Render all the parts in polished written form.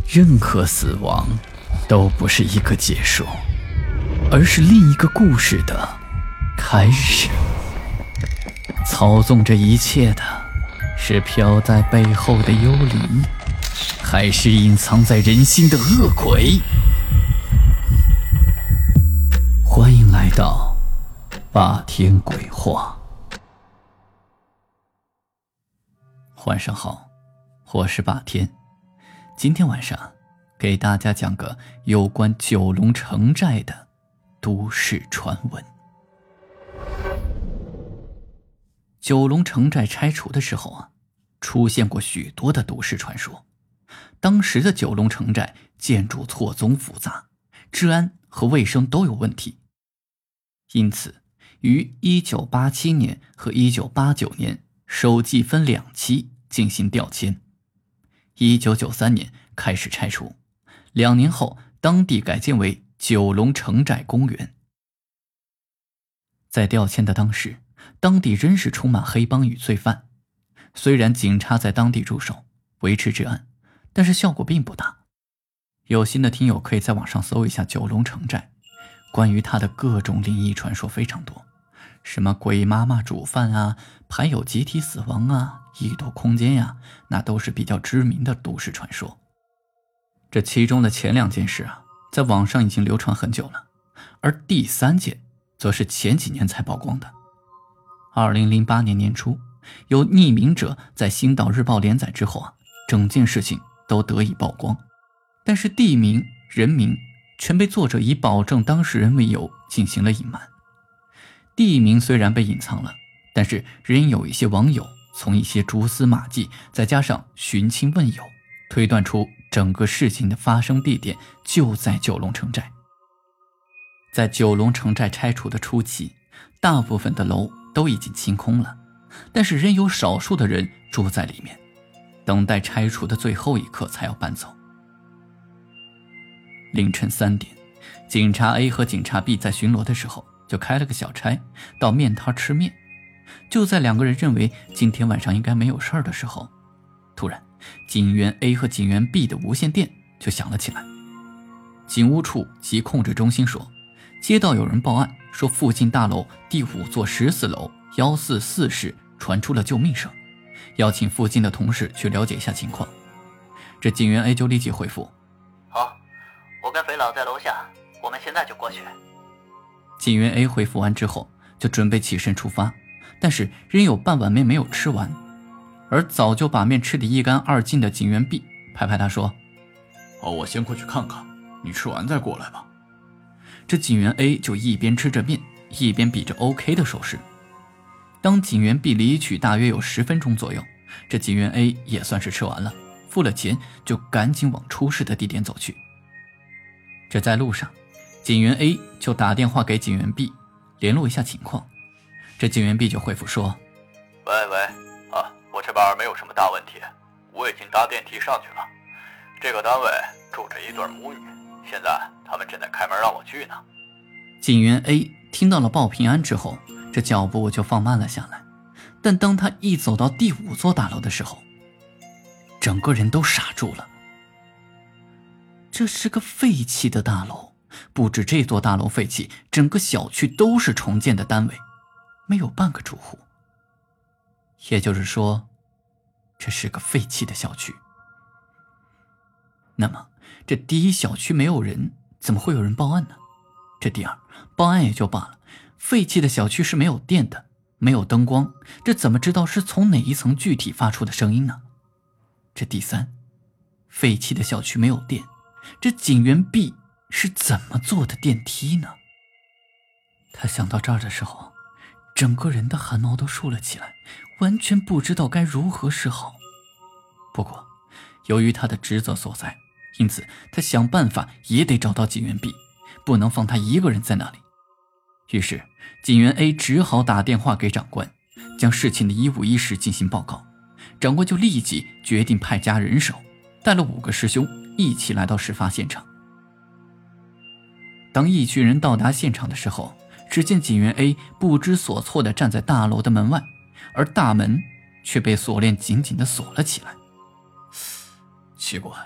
任何死亡都不是一个结束，而是另一个故事的开始。操纵这一切的是飘在背后的幽灵，还是隐藏在人心的恶鬼？欢迎来到霸天鬼话。晚上好，我是霸天。今天晚上给大家讲个有关九龙城寨的都市传闻。九龙城寨拆除的时候出现过许多的都市传说。当时的九龙城寨建筑错综复杂，治安和卫生都有问题，因此于1987年和1989年首季分2期进行调迁。1993年开始拆除，2年后当地改建为九龙城寨公园。在调迁的当时，当地仍是充满黑帮与罪犯，虽然警察在当地驻守维持治安，但是效果并不大。有心的听友可以在网上搜一下九龙城寨，关于它的各种灵异传说非常多，什么鬼妈妈煮饭啊，还有集体死亡啊，异度空间呀，那都是比较知名的都市传说。这其中的前2件事在网上已经流传很久了，而第3件则是前几年才曝光的。2008年年初，有匿名者在星岛日报连载之后整件事情都得以曝光，但是地名、人名全被作者以保证当事人为由进行了隐瞒。地名虽然被隐藏了，但是仍有一些网友从一些蛛丝马迹，再加上寻亲问友，推断出整个事情的发生地点就在九龙城寨。在九龙城寨拆除的初期，大部分的楼都已经清空了，但是仍有少数的人住在里面，等待拆除的最后一刻才要搬走。凌晨3点，警察 A 和警察 B 在巡逻的时候就开了个小差，到面摊吃面。就在2个人认为今天晚上应该没有事儿的时候，突然警员 A 和警员 B 的无线电就响了起来。警务处及控制中心说，接到有人报案说附近大楼第5座14楼144室传出了救命声，邀请附近的同事去了解一下情况。这警员 A 就立即回复， 好，我跟肥佬在楼下，我们现在就过去。 警员 A 回复完之后就准备起身出发，但是仍有半碗面没有吃完。而早就把面吃得一干二净的警员 B 拍拍他说， 我先过去看看，你吃完再过来吧。 这警员 A 就一边吃着面，一边比着 OK 的手势。当警员 B 离去大约有10分钟左右，这警员 A 也算是吃完了，付了钱就赶紧往出事的地点走去。这在路上，警员 A 就打电话给警员 B 联络一下情况。这警员 B 就回复说， 喂，我这边没有什么大问题，我已经搭电梯上去了。这个单位住着一对母女，现在他们正在开门让我去呢。 警员 A 听到了报平安之后，这脚步就放慢了下来。但当他一走到第5座大楼的时候，整个人都傻住了。这是个废弃的大楼，不止这座大楼废弃，整个小区都是重建的单位，没有半个住户。也就是说，这是个废弃的小区。那么这第一，小区没有人，怎么会有人报案呢？这第2，报案也就罢了，废弃的小区是没有电的，没有灯光，这怎么知道是从哪一层具体发出的声音呢？这第3，废弃的小区没有电，这警员 B 是怎么坐的电梯呢？他想到这儿的时候，整个人的汗毛都竖了起来，完全不知道该如何是好。不过由于他的职责所在，因此他想办法也得找到警员 B， 不能放他一个人在那里。于是警员 A 只好打电话给长官，将事情的一五一十进行报告。长官就立即决定派加人手，带了5个师兄一起来到事发现场。当一群人到达现场的时候，只见警员 A 不知所措地站在大楼的门外，而大门却被锁链紧紧地锁了起来。 奇怪，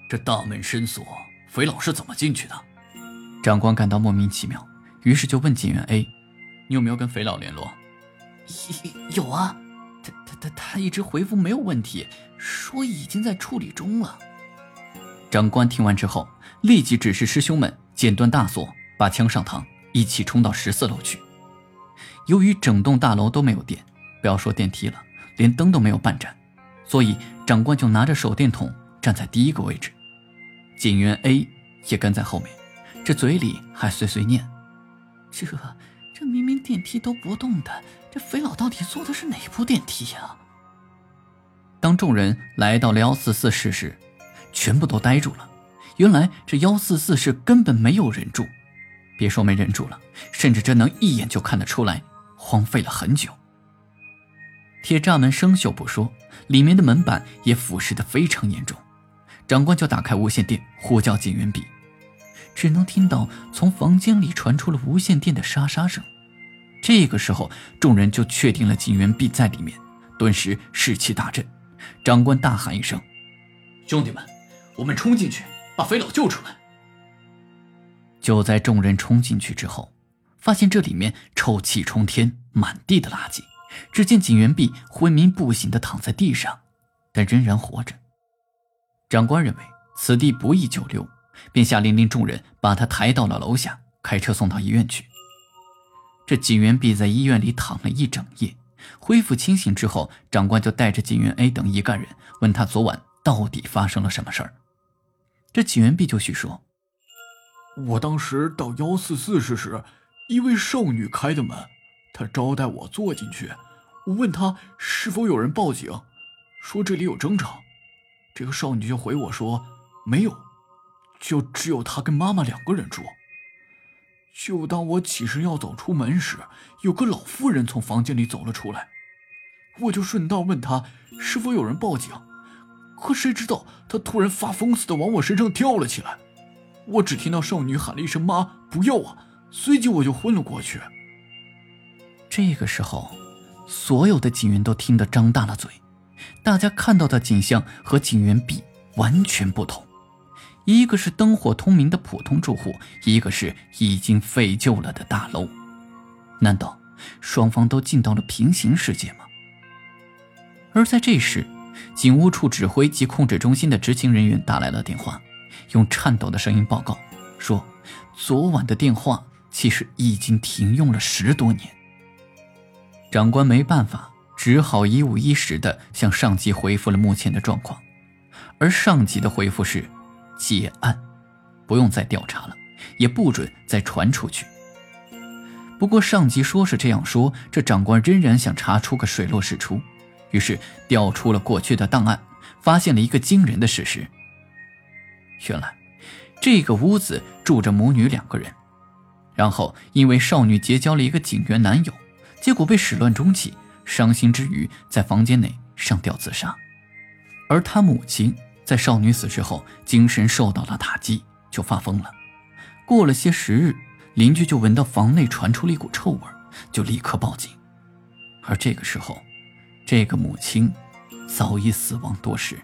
这大门深锁，肥老是怎么进去的？ 长官感到莫名其妙，于是就问警员 A：“ 你有没有跟肥老联络？”“ 有啊，他一直回复没有问题，说已经在处理中了。”长官听完之后，立即指示师兄们剪断大锁，把枪上膛，一起冲到14楼去。由于整栋大楼都没有电，不要说电梯了，连灯都没有半盏，所以长官就拿着手电筒站在第一个位置，警员 A 也跟在后面，这嘴里还碎碎念：“这明明电梯都不动的，这肥佬到底坐的是哪部电梯呀？”当众人来到了144室时，全部都呆住了。原来这144室根本没有人住，别说没人住了，甚至真能一眼就看得出来荒废了很久。铁栅门生锈不说，里面的门板也腐蚀得非常严重。长官就打开无线电呼叫警员 B， 只能听到从房间里传出了无线电的沙沙声。这个时候众人就确定了警员 B 在里面，顿时士气大振。长官大喊一声：“ 兄弟们，我们冲进去把肥佬救出来！” 就在众人冲进去之后，发现这里面臭气冲天，满地的垃圾。只见警员 B 昏迷不醒地躺在地上，但仍然活着。长官认为此地不宜久留，便下令令众人把他抬到了楼下，开车送到医院去。这警员 B 在医院里躺了一整夜，恢复清醒之后，长官就带着警员 A 等一干人问他昨晚到底发生了什么事儿。这警员 B 就叙说：“ 我当时到144室时，一位少女开的门，她招待我坐进去，我问她是否有人报警，说这里有争吵。这个少女就回我说没有，就只有她跟妈妈2个人住。就当我起身要走出门时，有个老妇人从房间里走了出来，我就顺道问她是否有人报警，可谁知道她突然发疯似的往我身上跳了起来，我只听到少女喊了一声妈，不要啊，随即我就昏了过去。” 这个时候，所有的警员都听得张大了嘴，大家看到的景象和警员 B 完全不同，一个是灯火通明的普通住户，一个是已经废旧了的大楼。难道双方都进到了平行世界吗？而在这时，警务处指挥及控制中心的执勤人员打来了电话，用颤抖的声音报告说，昨晚的电话其实已经停用了10多年。长官没办法，只好一五一十地向上级回复了目前的状况，而上级的回复是结案，不用再调查了，也不准再传出去。不过上级说是这样说，这长官仍然想查出个水落石出，于是调出了过去的档案，发现了一个惊人的事实。原来这个屋子住着母女2个人，然后因为少女结交了一个警员男友，结果被始乱终弃，伤心之余在房间内上吊自杀。而他母亲在少女死之后精神受到了打击，就发疯了。过了些时日，邻居就闻到房内传出了一股臭味，就立刻报警。而这个时候，这个母亲早已死亡多时。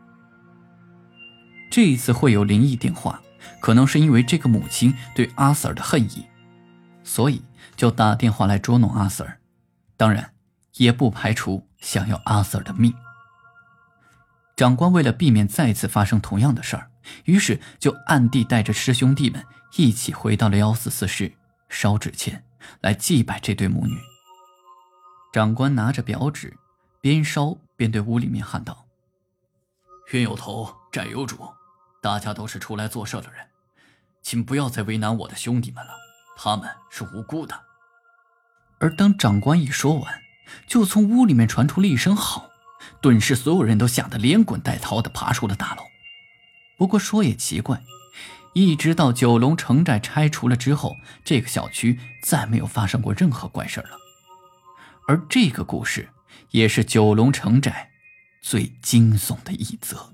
这一次会有灵异电话，可能是因为这个母亲对阿 Sir 的恨意，所以就打电话来捉弄阿 Sir， 当然也不排除想要阿 Sir 的命。长官为了避免再次发生同样的事儿，于是就暗地带着师兄弟们一起回到了144室烧纸钱，来祭拜这对母女。长官拿着表纸，边烧边对屋里面喊道：“冤有头，债有主，大家都是出来做事的人，请不要再为难我的兄弟们了，他们是无辜的。”而当长官一说完，就从屋里面传出了一声好，顿时所有人都吓得连滚带逃地爬出了大楼。不过说也奇怪，一直到九龙城寨拆除了之后，这个小区再没有发生过任何怪事了。而这个故事也是九龙城寨最惊悚的一则。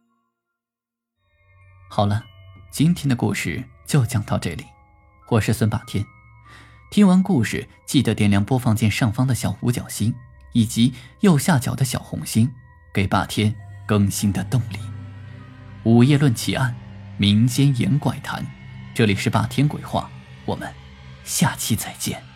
好了，今天的故事就讲到这里，我是孙霸天。听完故事记得点亮播放键上方的小五角星以及右下角的小红心，给霸天更新的动力。 午夜论奇案，民间言怪谈。这里是霸天鬼话，我们下期再见。